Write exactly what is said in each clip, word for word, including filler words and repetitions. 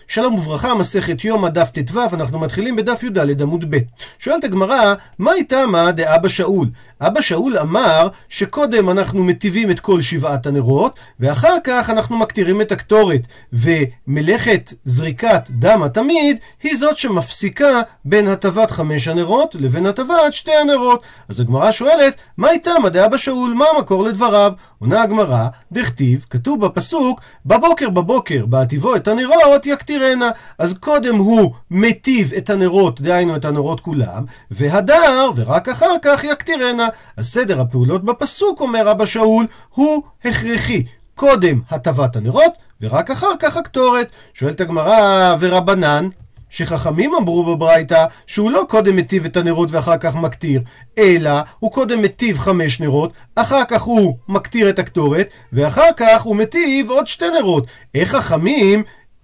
שלום וברכה, מסכת יומא דף ט"ו, אנחנו מתחילים בדף י"ד עמוד ב'. שואלת הגמרא, מה הייתה מה דאבא שאול? אבא שאול אמר שקודם אנחנו מטיבים את כל שבעת הנרות, ואחר כך אנחנו מקטירים את הקטורת, ומלאכת זריקת דם התמיד היא זאת שמפסיקה בין הטבת חמש הנרות לבין הטבת שתי הנרות. אז הגמרא שואלת, מה הייתה מה דאבא שאול? מה המקור לדבריו? עונה הגמרא, דכתיב, כתוב בפסוק, בבוקר בבוקר בהטיבו את הנרות יקטירנה. אז קודם הוא מטיב את הנרות, דהיינו את הנרות כולם, והדר, ורק אחר כך יקטירנה. אז סדר הפעולות בפסוק, אומר אבא שאול, הוא הכרחי. קודם הטבת הנרות, ורק אחר כך הקטורת. שואלת הגמרא, ורבנן, שחכמים אמרו בברייתא שהוא לא קודם מטיב את הנרות ואחר כך מקטיר, אלא הוא קודם מטיב חמש נרות, אחר כך הוא מקטיר את הקטורת, ואחר כך הוא מטיב עוד שתי נרות. איך חכמים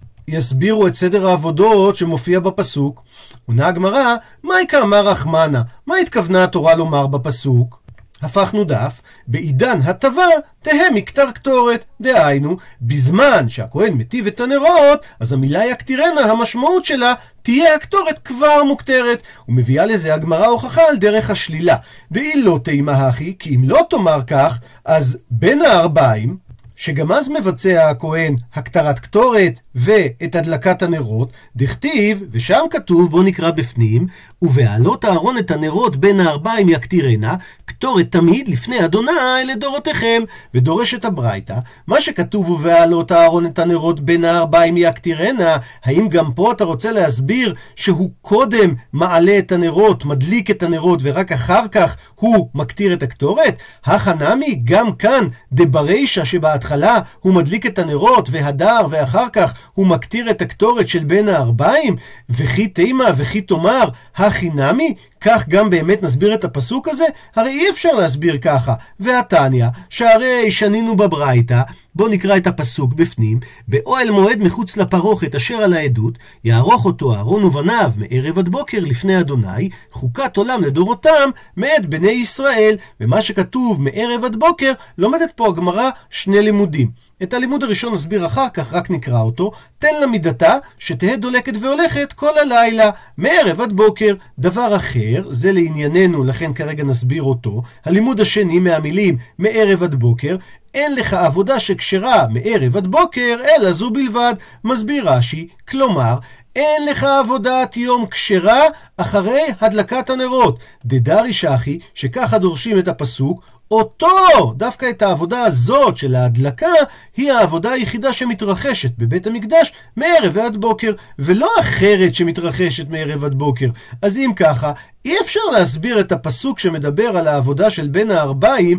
יסבירו את סדר העבודות שמופיע בפסוק? עונה הגמרא, מה אמר רחמנה? מה התכוונה התורה לומר בפסוק? הפכנו דף, בעידן הטבה תהא מקטר קטורת. דהיינו, בזמן שהכהן מטיב את הנרות, אז המילה יקטירנה, המשמעות שלה תהיה הקטורת כבר מוקטרת. ומביאה לזה הגמרא הוכחה על דרך השלילה. דאי לא תימא הכי, כי אם לא תאמר כך, אז בין הארבעים, שגם אז מבצע הכהן הקטרת קטורת ואת הדלקת הנרות, דכתיב, ושם כתוב, בוא נקרא בפנים, ובעלות אהרון את הנרות בין הארבעים יקטירנה, קטורת תמיד לפני אדוני לדורותיכם. ודורש את הברייתא, מה שכתוב ובעלות אהרון את הנרות בין הארבעים יקטירנה, האם גם פה אתה רוצה להסביר שהוא קודם מעלה את הנרות, מדליק את הנרות, ורק אחר כך הוא מקטיר את הקטורת? החנמי, גם כאן דברישא שבהתחלה הוא מדליק את הנרות והדר, ואחר כך הוא מקטיר את הקטורת של בין הארבעים? וכי תימא וכי תאמר החינמי, כך גם באמת נסביר את הפסוק הזה? הרי אי אפשר להסביר ככה. והתניא, שהרי שנינו בברייתא, בוא נקרא את הפסוק בפנים, באוהל מועד מחוץ לפרוכת אשר על העדות, יערוך אותו אהרון ובניו מערב עד בוקר לפני אדוני, חוקת עולם לדורותם מאת בני ישראל. ומה שכתוב מערב עד בוקר, לומדת פה הגמרא שני לימודים. את הלימוד הראשון נסביר אחר כך, רק נקרא אותו. תן לה מידתה שתהא דולקת והולכת כל הלילה, מערב עד בוקר. דבר אחר, זה לענייננו, לכן כרגע נסביר אותו. הלימוד השני מהמילים מערב עד בוקר, אין לך עבודה שקשרה מערב עד בוקר, אלא זו בלבד. מסביר רש"י, כלומר, אין לך עבודת יום כשרה אחרי הדלקת הנרות. דדרי שחי, שככה דורשים את הפסוק, אותו, דווקא את העבודה הזאת של ההדלקה, היא העבודה היחידה שמתרחשת בבית המקדש מערב ועד בוקר, ולא אחרת שמתרחשת מערב עד בוקר. אז אם ככה, אי אפשר להסביר את הפסוק שמדבר על העבודה של בין הארבעים,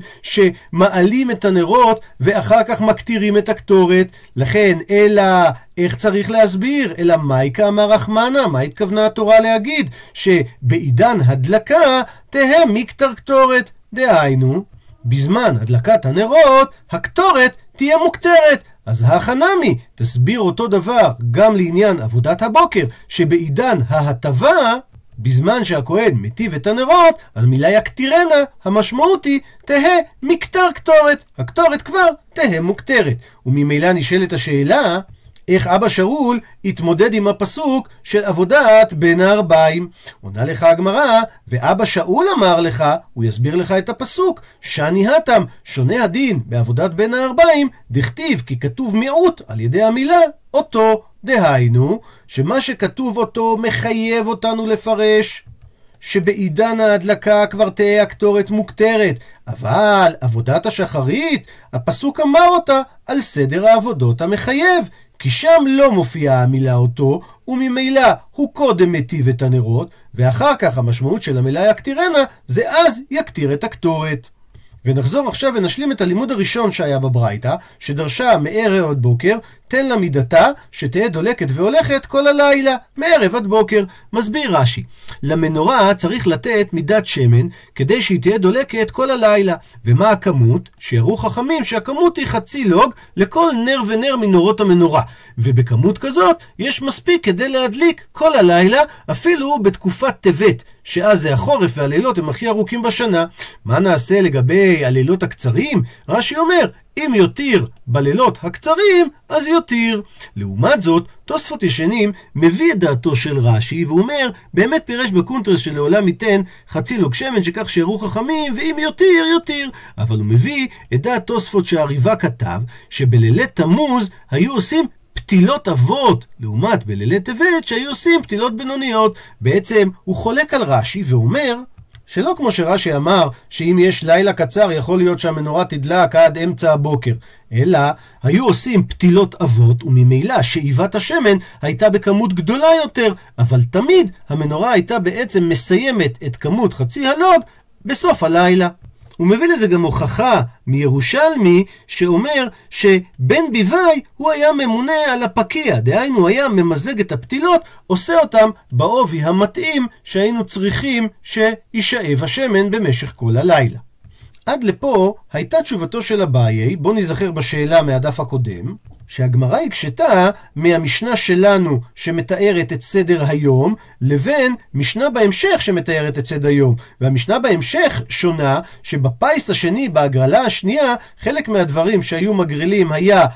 שמעלים את הנרות ואחר כך מקטירים את הקטורת. לכן, אלא איך צריך להסביר? אלא מהי כאמר רחמנה? מה התכוונה התורה להגיד? שבעידן הדלקה תהא מקטר קטורת. דהיינו, בזמן הדלקת הנרות, הקטורת תהיה מוקטרת. אז החנמי, תסביר אותו דבר גם לעניין עבודת הבוקר, שבעידן ההטבה, בזמן שהכהן מטיב את הנרות, המילה יקטירנה, המשמעות היא תהא מקטר קטורת. הקטורת כבר תהא מוקטרת. וממילא נשאלת השאלה, איך אבא שאול התמודד עם הפסוק של עבודת בין הארבעים? עונה לך הגמרא, ואבא שאול אמר לך, הוא יסביר לך את הפסוק, שני התם, שונה הדין בעבודת בין הארבעים, דכתיב כי כתוב מיעוט על ידי המילה אותו. דהיינו, שמה שכתוב אותו מחייב אותנו לפרש שבעידן ההדלקה כבר תהיה הקטורת מוקטרת, אבל עבודת השחרית, הפסוק אמר אותה על סדר העבודות המחייב, כי שם לא מופיעה המילה אותו, וממילא הוא קודם מטיב את הנרות, ואחר כך המשמעות של המילה יקטירנה זה אז יקטיר את הקטורת. ונחזור עכשיו ונשלים את הלימוד הראשון שהיה בברייתא, שדרשה מערב עד בוקר, תן לה מידתה שתהיה דולקת והולכת כל הלילה, מערב עד בוקר. מסביר רש"י, למנורה צריך לתת מידת שמן כדי שהיא תהיה דולקת כל הלילה. ומה הכמות? שיראו חכמים שהכמות היא חצי לוג לכל נר ונר מנורות המנורה, ובכמות כזאת יש מספיק כדי להדליק כל הלילה, אפילו בתקופת טבת, שאז זה החורף והלילות הם הכי ארוכים בשנה. מה נעשה לגבי הלילות הקצרים? רש"י אומר, אם יותיר בלילות הקצרים, אז יותיר. לעומת זאת, תוספות ישנים מביא את דעתו של רש"י, והוא אומר, באמת פירש בקונטרס שלעולם ייתן חצי לוג שמן שכך שירו חכמים, ואם יותיר, יותיר. אבל הוא מביא את דעת תוספות שהריבה כתב, שבלילי תמוז היו עושים פתילות אבות, לעומת בלילי טבת שהיו עושים פתילות בינוניות. בעצם הוא חולק על רש"י ואומר, שלא כמו שרש"י אמר שאם יש לילה קצר יכול להיות שהמנורה תדלק עד אמצע הבוקר, אלא היו עושים פתילות אבות, וממילא שאיבת השמן הייתה בכמות גדולה יותר, אבל תמיד המנורה הייתה בעצם מסיימת את כמות חצי הלוג בסוף הלילה. הוא מביא לזה גם הוכחה מירושלמי שאומר שבן ביוואי הוא היה ממונה על הפקיע, דהיינו הוא היה ממזג את הפתילות, עושה אותם בעובי המתאים שהיינו צריכים שישאב השמן במשך כל הלילה. עד לפה הייתה תשובתו של אביי. בוא נזכר בשאלה מהדף הקודם, שהגמרא הקשתה מהמשנה שלנו שמתארת את סדר היום לבין משנה בהמשך שמתארת את סדר היום. והמשנה בהמשך שונה, שבפייס השני, בהגרלה השנייה, חלק מהדברים שהיו מגרילים היה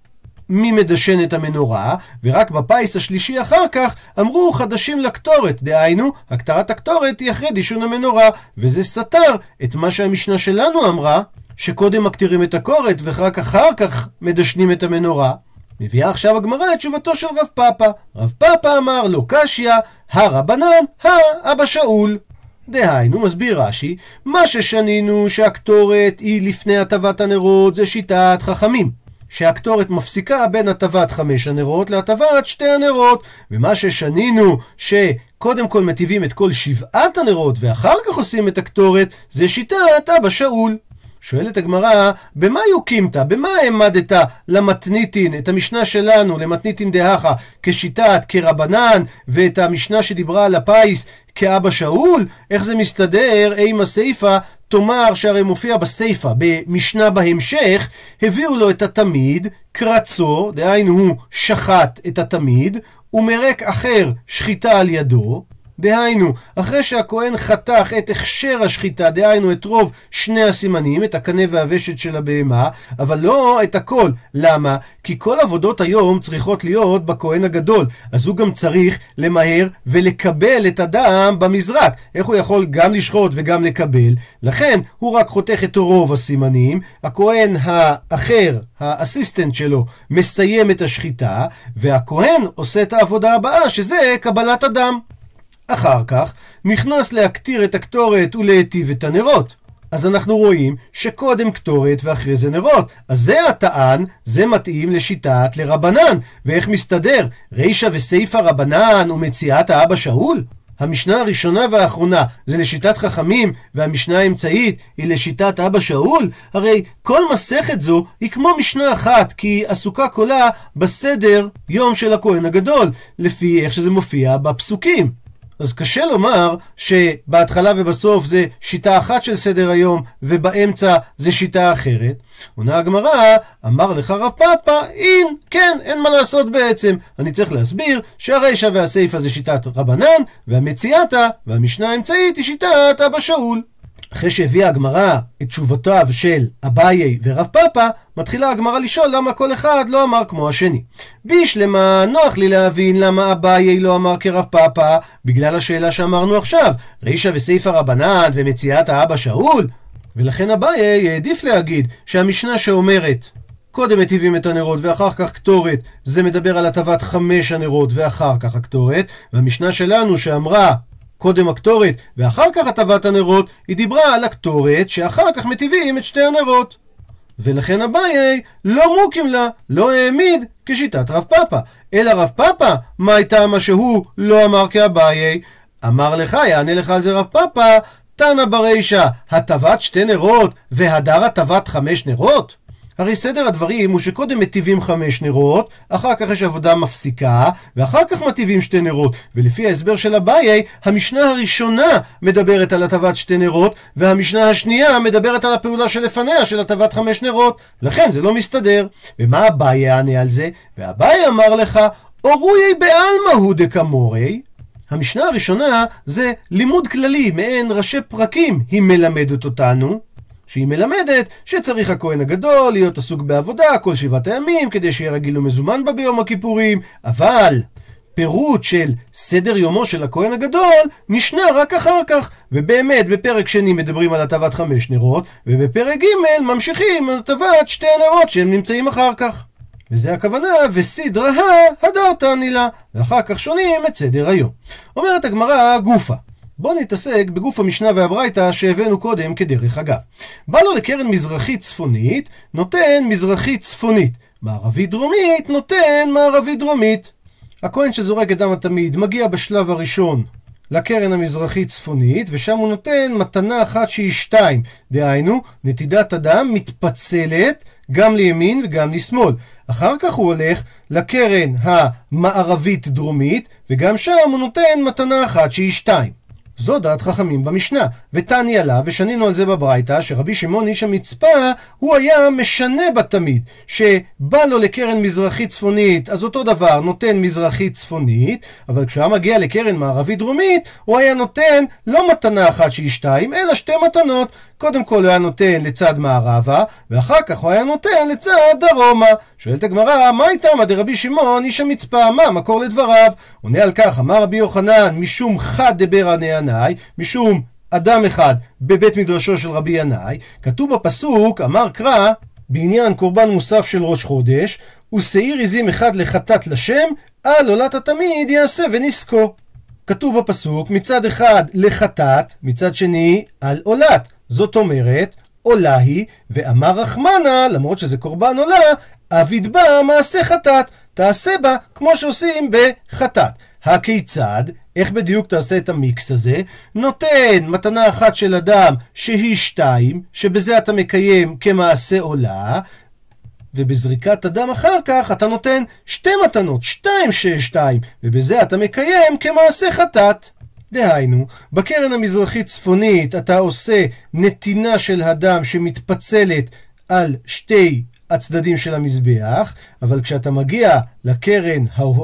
מי מדשן את המנורה, ורק בפייס השלישי אחר כך אמרו חדשים לקטורת, דהיינו הקטרת הקטורת היא אחרי דישון המנורה, וזה סתר את מה שהמשנה שלנו אמרה, שקודם מקטירים את הקורת ורק אחר כך מדשנים את המנורה. מביאה עכשיו הגמרא את תשובתו של רב פאפא. רב פאפא אמר לו קשיא, הרבנן, האבא שאול. דהיינו, מסביר רש"י, מה ששנינו שהקטורת היא לפני הטבת הנרות זה שיטת חכמים, שהקטורת מפסיקה בין הטבת חמש הנרות להטבת שתי הנרות, ומה ששנינו שקודם כל מטיבים את כל שבעת הנרות ואחר כך עושים את הקטורת זה שיטת אבא שאול. שואלת הגמרא, במה יוקימת? במה העמדת למתניתין, את המשנה שלנו למתניתין דהכה כשיטת כרבנן, ואת המשנה שדיברה על הפייס כאבא שאול? איך זה מסתדר עם הסייפה? תאמר שהרי מופיע בסייפה במשנה בהמשך, הביאו לו את התמיד קרצו, דהיינו הוא שחט את התמיד, ומרק אחר שחיטה על ידו, דהיינו, אחרי שהכהן חתך את הכשר השחיטה, דהיינו את רוב שני הסימנים, את הקנה והוושת של הבהמה, אבל לא את הכל. למה? כי כל עבודות היום צריכות להיות בכהן הגדול, אז הוא גם צריך למהר ולקבל את הדם במזרק. איך הוא יכול גם לשחוט וגם לקבל? לכן הוא רק חותך את רוב הסימנים, הכהן האחר, האסיסטנט שלו, מסיים את השחיטה, והכהן עושה את העבודה הבאה, שזה קבלת הדם. אחר כך נכנס להקטיר את הקטורת ולהיטיב את הנרות. אז אנחנו רואים שקודם קטורת ואחרי זה נרות. אז זה הטען, זה מתאים לשיטת לרבנן. ואיך מסתדר? רישא וסייפא רבנן ומציאת האבא שאול? המשנה הראשונה והאחרונה זה לשיטת חכמים, והמשנה האמצעית היא לשיטת אבא שאול? הרי כל מסכת זו היא כמו משנה אחת, כי היא עסוקה כולה בסדר יום של הכהן הגדול, לפי איך שזה מופיע בפסוקים. אז קשה לומר שבהתחלה ובסוף זה שיטה אחת של סדר היום ובאמצע זה שיטה אחרת. עונה הגמרא, אמר לך רב פאפא, אין, כן, אין מה לעשות בעצם. אני צריך להסביר שהרישא והסייפא זה שיטת רבנן, והמציאתה והמשנה האמצעית היא שיטת אבא שאול. אחרי שהביאה הגמרא את תשובותיו של אביי ורב פאפא, מתחילה הגמרא לשאול למה כל אחד לא אמר כמו השני. בישלמה, נוח לי להבין למה אביי לא אמר כרב פאפא, בגלל השאלה שאמרנו עכשיו, רישא וסייפא רבנן ומציאת האבא שאול. ולכן אביי העדיף להגיד שהמשנה שאומרת קודם מטיבים את הנרות ואחר כך קטורת, זה מדבר על הטבת חמש הנרות ואחר כך הקטורת, והמשנה שלנו שאמרה קודם הקטורת ואחר כך הטבת הנרות, היא דיברה על הקטורת שאחר כך מטיבים את שתי הנרות. ולכן אביי לא מוקים לה, לא העמיד כשיטת רב פאפא. אלא רב פאפא, מה הייתה מה שהוא לא אמר כאביי? אמר לך, יענה לך על זה רב פאפא, תנא ברישא, הטבת שתי נרות והדר הטבת חמש נרות? הרי סדר הדברים הוא שקודם מטיבים חמש נרות, אחר כך יש עבודה מפסיקה, ואחר כך מטיבים שתי נרות. ולפי ההסבר של אביי, המשנה הראשונה מדברת על הטבת שתי נרות, והמשנה השנייה מדברת על הפעולה שלפניה של הטבת חמש נרות. לכן זה לא מסתדר. ומה אביי יענה על זה? ואביי אמר לך, אורויי בעלמא הוא דקמורי. המשנה הראשונה זה לימוד כללי, מעין ראשי פרקים היא מלמדת אותנו, שהיא מלמדת שצריך הכהן הגדול להיות עסוק בעבודה כל שבעת הימים, כדי שיהיה רגיל ומזומן בה ביום הכיפורים, אבל פירוט של סדר יומו של הכהן הגדול נשנה רק אחר כך, ובאמת בפרק שני מדברים על הטבת חמש נרות, ובפרק ג' ממשיכים על הטבת שתי הנרות שהם נמצאים אחר כך. וזה הכוונה, וסדרה הדרתני לה, ואחר כך שונים את סדר היום. אומרת הגמרא גופה. בואו נתעסק בגוף המשנה והברייתא שהבאנו קודם כדרך אגב. בא לו לקרן מזרחית צפונית, נותן מזרחית צפונית. מערבית דרומית, נותן מערבית דרומית. הכהן שזורק את דם התמיד מגיע בשלב הראשון לקרן המזרחית צפונית, ושם הוא נותן מתנה אחת שהיא שתיים. דהיינו, נטידת הדם מתפצלת גם לימין וגם לשמאל. אחר כך הוא הולך לקרן המערבית דרומית, וגם שם הוא נותן מתנה אחת שהיא שתיים. זו דעת חכמים במשנה, ותני עליו, ושנינו על זה בברייתא, שרבי שמעון איש המצפה, הוא היה משנה בתמיד, שבא לו לקרן מזרחית צפונית, אז אותו דבר נותן מזרחית צפונית, אבל כשהוא מגיע לקרן מערבית דרומית, הוא היה נותן לא מתנה אחת שהיא שתיים, אלא שתי מתנות. קודם כל הוא היה נותן לצד מערבה, ואחר כך הוא היה נותן לצד דרומה. שואלת הגמרא, מה הייתה מה דרבי שמעון איש המצפה? מה מקור לדבריו? עונה על כך, אמר רבי יוחנן, משום חד דבר עני ינאי, משום אדם אחד בבית מדרשו של רבי ינאי, כתוב בפסוק, אמר קרא, בעניין קורבן מוסף של ראש חודש, ושעיר עזים אחד לחטאת לשם, על עולת התמיד יעשה ונזכו. כתוב בפסוק, מצד אחד לחטאת, מצד שני על עולת. זאת אומרת, עולה היא, ואמר רחמנה, למרות שזה קורבן עולה, אביד בה מעשה חטאת, תעשה בה כמו שעושים בחטאת. הכיצד? איך בדיוק תעשה את המיקס הזה? נותן מתנה אחת של אדם שהיא שתיים, שבזה אתה מקיים כמעשה עולה, ובזריקת הדם אחר כך אתה נותן שתי מתנות, שתיים שש שתיים, ובזה אתה מקיים כמעשה חטאת. דהיינו, בקרן המזרחית צפונית אתה עושה נתינה של הדם שמתפצלת על שתי הצדדים של המזבח, אבל כשאתה מגיע לקרן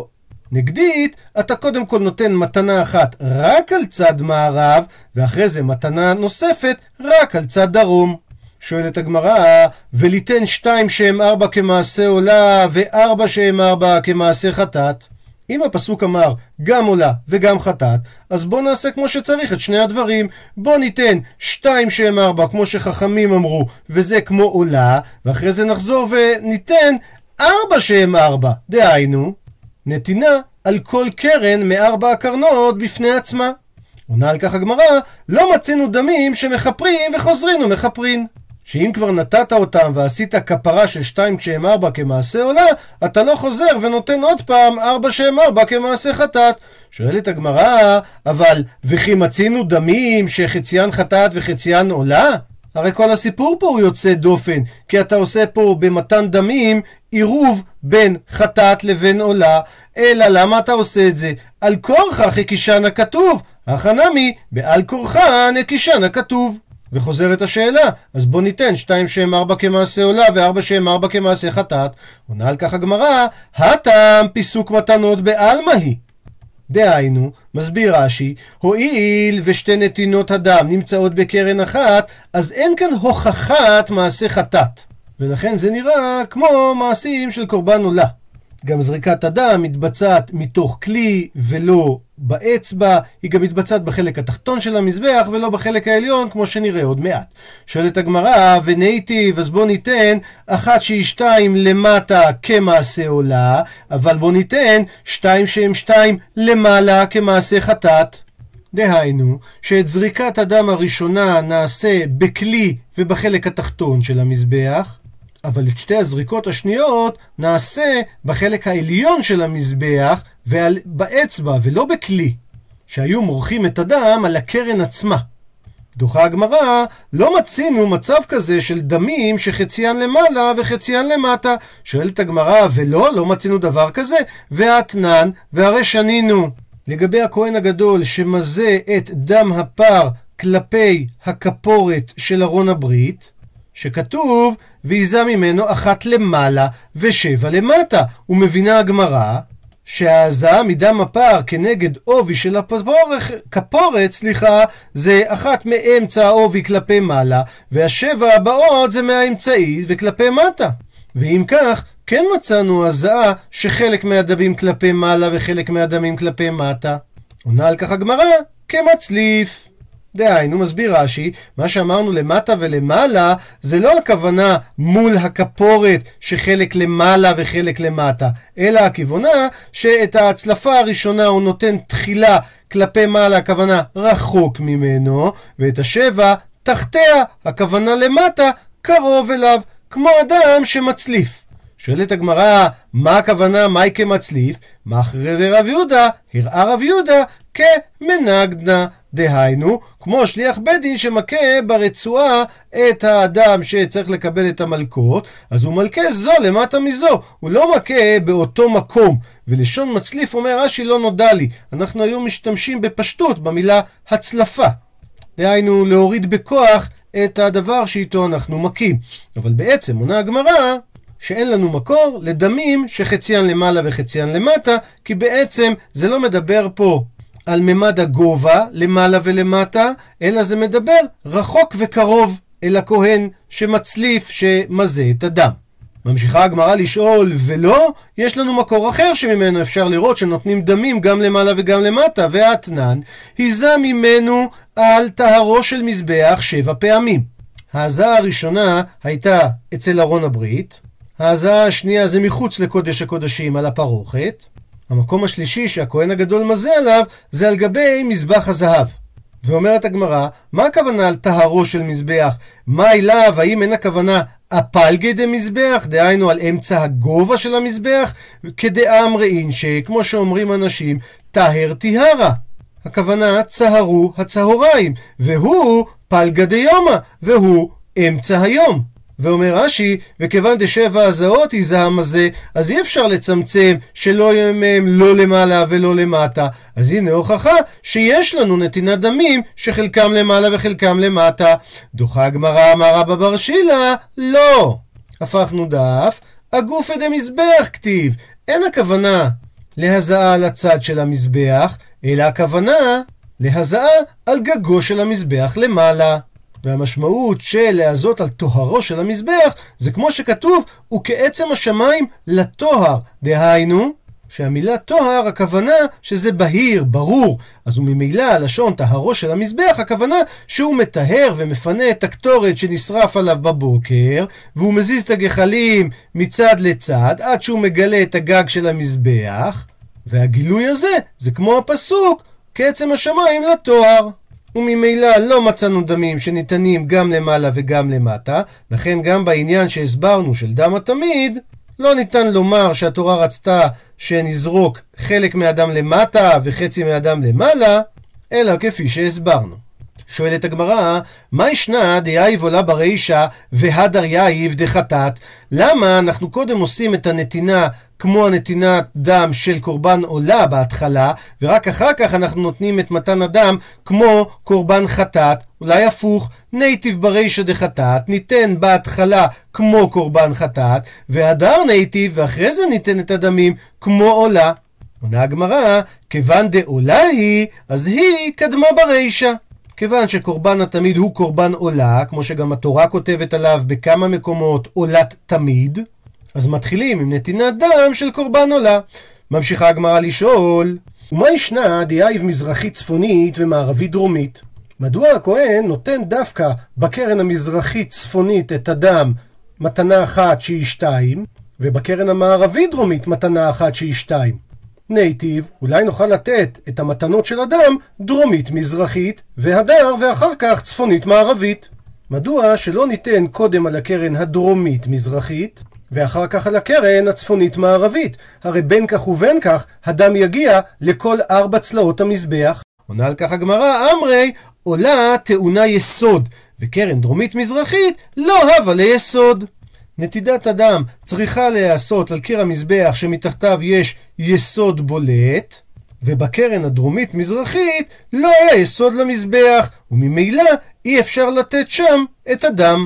הנגדית, אתה קודם כל נותן מתנה אחת רק על צד מערב, ואחרי זה מתנה נוספת רק על צד דרום. שואלת הגמרא, וליתן שתיים שהם ארבע כמעשה עולה, וארבע שהם ארבע כמעשה חטאת. אם הפסוק אמר גם עולה וגם חטאת, אז בוא נעשה כמו שצריך את שני הדברים. בוא ניתן שתיים שהם ארבע כמו שחכמים אמרו, וזה כמו עולה, ואחרי זה נחזור וניתן ארבע שהם ארבע. דהיינו, נתינה על כל קרן מארבע הקרנות בפני עצמה. עונה על כך הגמרא, לא מצינו דמים שמחפרים וחוזרים ומחפרים. שאם כבר נתת אותם ועשית כפרה של שתיים כשהם ארבע כמעשה עולה, אתה לא חוזר ונותן עוד פעם ארבע שהם ארבע כמעשה חטאת. שואלת הגמרא, אבל וכי מצינו דמים שחציין חטאת וחציין עולה? הרי כל הסיפור פה הוא יוצא דופן, כי אתה עושה פה במתן דמים עירוב בין חטאת לבין עולה. אלא למה אתה עושה את זה? על כורחה הקישן הכתוב, החנמי בעל כורחה הקישן הכתוב. וחוזרת השאלה, אז בוא ניתן שתיים שהם ארבע כמעשה עולה וארבע שהם ארבע כמעשה חטאת. עונה על כך הגמרא, הטעם פיסוק מתנות בעלמא היא. דהיינו, מסביר רש"י, הואיל ושתי נתינות הדם נמצאות בקרן אחת, אז אין כאן הוכחת מעשה חטאת, ולכן זה נראה כמו מעשים של קורבן עולה. גם זריקת הדם מתבצעת מתוך כלי ולא באצבע, היא גם מתבצעת בחלק התחתון של המזבח ולא בחלק העליון, כמו שנראה עוד מעט. שואלת הגמרא, ונייטיב, אז בוא ניתן אחת שהיא שתיים למטה כמעשה עולה, אבל בוא ניתן שתיים שהם שתיים למעלה כמעשה חטאת. דהיינו, שאת זריקת הדם הראשונה נעשה בכלי ובחלק התחתון של המזבח, אבל את שתי הזריקות השניות נעשה בחלק העליון של המזבח ובאצבע ולא בכלי, שהיו מורחים את הדם על הקרן עצמה. דוחה הגמרא, לא מצינו מצב כזה של דמים שחציין למעלה וחציין למטה. שואלת הגמרא, ולא, לא מצינו דבר כזה? והתנן, והרי שנינו לגבי הכהן הגדול שמזה את דם הפר כלפי הכפורת של ארון הברית, שכתוב ויזה ממנו אחת למעלה ושבע למטה. ומבינה הגמרא שההזעה מדם הפר כנגד עובי של הפורח, כפורת, סליחה, זה אחת מאמצע העובי כלפי מעלה, והשבע הבאות זה מהאמצעי וכלפי מטה. ואם כך, כן מצאנו הזעה שחלק מהדמים כלפי מעלה וחלק מהדמים כלפי מטה. עונה על כך הגמרא כמצליף. דהיינו, מסביר רש"י, מה שאמרנו למטה ולמעלה זה לא הכוונה מול הכפורת שחלק למעלה וחלק למטה, אלא הכיוונה שאת ההצלפה הראשונה הוא נותן תחילה כלפי מעלה, הכוונה רחוק ממנו, ואת השבע תחתיה, הכוונה למטה, קרוב אליו, כמו אדם שמצליף. שואלת הגמרא, מה הכוונה מהי כמצליף? מאחרי רב יהודה, הראה רב יהודה כמנגדנה. דהיינו, כמו שליח בית דין שמכה ברצועה את האדם שצריך לקבל את המלכות, אז הוא מלכה זו למטה מזו, הוא לא מכה באותו מקום. ולשון מצליף אומר רש"י לא נודע לי, אנחנו היום משתמשים בפשטות במילה הצלפה, דהיינו להוריד בכוח את הדבר שאיתו אנחנו מכים. אבל בעצם עונה הגמרא שאין לנו מקור לדמים שחציין למעלה וחציין למטה, כי בעצם זה לא מדבר פה על ממד הגובה למעלה ולמטה, אלא זה מדבר רחוק וקרוב אל הכהן שמצליף שמזה את הדם. ממשיכה הגמרא לשאול, ולא, יש לנו מקור אחר שממנו אפשר לראות שנותנים דמים גם למעלה וגם למטה, והאתנן היזה ממנו על טהרו של מזבח שבע פעמים. ההזעה הראשונה הייתה אצל ארון הברית, ההזעה השנייה זה מחוץ לקודש הקודשים על הפרוכת, המקום השלישי שהכהן הגדול מזה עליו זה על גבי מזבח הזהב. ואומרת הגמרא, מה הכוונה על טהרו של מזבח? מה אליו? האם אין הכוונה הפלגי דמזבח, דהיינו על אמצע הגובה של המזבח? כדאמרין שכמו שאומרים אנשים, טהר טיהרה, הכוונה צהרו הצהריים, והוא פלגה דיומא, והוא אמצע היום. ואומר רש"י, וכיוון דשבע הזעות יזהם הזה, אז אי אפשר לצמצם שלא יהיה מהם לא למעלה ולא למטה. אז הנה הוכחה שיש לנו נתינת דמים שחלקם למעלה וחלקם למטה. דוחה הגמרא אמר רבא בר שילא, לא. הפכנו דף, הגופא דמזבח כתיב. אין הכוונה להזעה על הצד של המזבח, אלא הכוונה להזעה על גגו של המזבח למעלה. והמשמעות של להזות על טוהרו של המזבח זה כמו שכתוב, וכעצם השמיים לטוהר. דהיינו שהמילה טוהר הכוונה שזה בהיר, ברור, אז הוא ממילא הלשון טהרו של המזבח הכוונה שהוא מטהר ומפנה את הקטורת שנשרף עליו בבוקר, והוא מזיז את הגחלים מצד לצד עד שהוא מגלה את הגג של המזבח, והגילוי הזה זה כמו הפסוק כעצם השמיים לטוהר. וממילא לא מצאנו דמים שניתנים גם למעלה וגם למטה, לכן גם בעניין שהסברנו של דם התמיד, לא ניתן לומר שהתורה רצתה שנזרוק חלק מהדם למטה וחצי מהדם למעלה, אלא כפי שהסברנו. שואלת הגמרא, מה ישנה דייב עולה ברישה והדר יאיב דחטאת? למה אנחנו קודם עושים את הנתינה כמו הנתינת דם של קורבן עולה בהתחלה, ורק אחר כך אנחנו נותנים את מתן הדם כמו קורבן חטאת? אולי הפוך, נייטיב ברישה דחטאת, ניתן בהתחלה כמו קורבן חטאת, והדר נייטיב, ואחרי זה ניתן את הדמים כמו עולה. עונה הגמרא, כיוון דעולה היא, אז היא קדמה ברישה. כיוון שקורבן התמיד הוא קורבן עולה, כמו שגם התורה כותבת עליו בכמה מקומות עולת תמיד, אז מתחילים עם נתינת דם של קורבן עולה. ממשיכה הגמרא לשאול, ומה ישנה דייב מזרחית צפונית ומערבית דרומית? מדוע הכהן נותן דווקא בקרן המזרחית צפונית את הדם מתנה אחת שהיא שתיים, ובקרן המערבית דרומית מתנה אחת שהיא שתיים? נייטיב, אולי נוכל לתת את המתנות של הדם דרומית מזרחית והדר ואחר כך צפונית מערבית. מדוע שלא ניתן קודם על הקרן הדרומית מזרחית ואחר כך על הקרן הצפונית מערבית? הרי בין כך ובין כך הדם יגיע לכל ארבע צלעות המזבח. עונה על כך הגמרא, אמרי עולה טעונה יסוד, וקרן דרומית מזרחית לא הווה ליסוד. נתידת הדם צריכה להיעשות על קיר המזבח שמתחתיו יש יסוד בולט, ובקרן הדרומית מזרחית לא היה יסוד למזבח, וממילא אי אפשר לתת שם את הדם.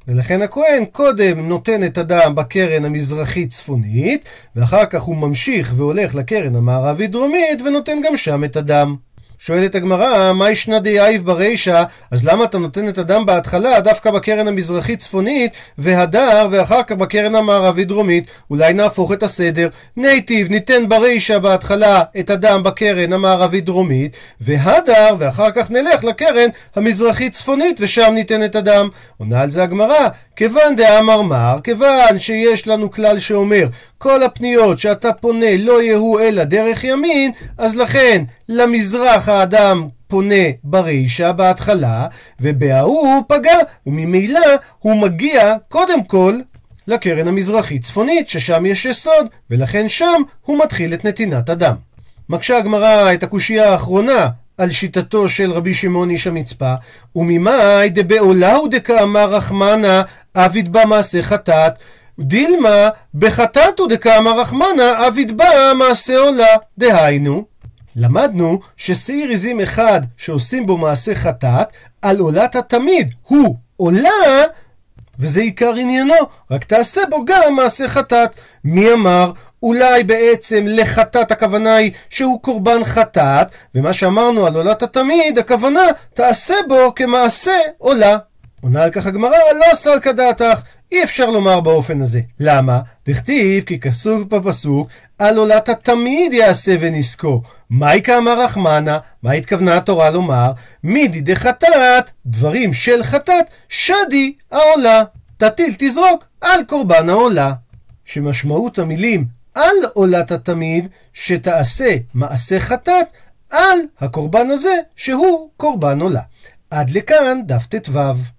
ולכן הכהן קודם נותן את הדם בקרן המזרחית צפונית, ואחר כך הוא ממשיך והולך לקרן המערבית דרומית ונותן גם שם את הדם. שואלת הגמרא, מה ישנה דייב ברישה? אז למה אתה נותן את הדם בהתחלה דווקא בקרן המזרחית צפונית והדר ואחר כך בקרן המערבית דרומית? אולי נהפוך את הסדר, ניטיב ניתן ברישה בהתחלה את הדם בקרן המערבית דרומית והדר ואחר כך נלך לקרן המזרחית צפונית ושם ניתן את הדם. עונה על זה הגמרא, כיוון דאמר מר, כיוון שיש לנו כלל שאומר כל הפניות שאתה פונה לא יהיו אלא דרך ימין, אז לכן למזרח האדם פונה ברישה בהתחלה, ובהוא פגע, וממילא הוא מגיע קודם כל לקרן המזרחית צפונית, ששם יש יסוד, ולכן שם הוא מתחיל את נתינת הדם. מקשה הגמרא את הקושייה האחרונה על שיטתו של רבי שמעון איש המצפה, וממאי דבעולהו דקאמר רחמנה עביד בה מעשה חטאת, דילמה בחטאתו דקאמר רחמנה עביד בה מעשה עולה. דהיינו, למדנו ששעיר עזים אחד שעושים בו מעשה חטאת, על עולת התמיד הוא עולה, וזה עיקר עניינו, רק תעשה בו גם מעשה חטאת. מי אמר? אולי בעצם לחטאת הכוונה היא שהוא קורבן חטאת, ומה שאמרנו על עולת התמיד הכוונה תעשה בו כמעשה עולה. עונה על כך הגמרא, לא סל כדעתך, אי אפשר לומר באופן הזה. למה? דכתיב כי כתוב בפסוק על עולת התמיד יעשה ונזכו. מהי כאמר רחמנה? מה התכוונה התורה לומר? מידי דחטאת, דברים של חטאת, שדי העולה, תטיל תזרוק על קורבן העולה. שמשמעות המילים על עולת התמיד שתעשה מעשה חטאת על הקורבן הזה שהוא קורבן עולה. עד לכאן דף ט"ו.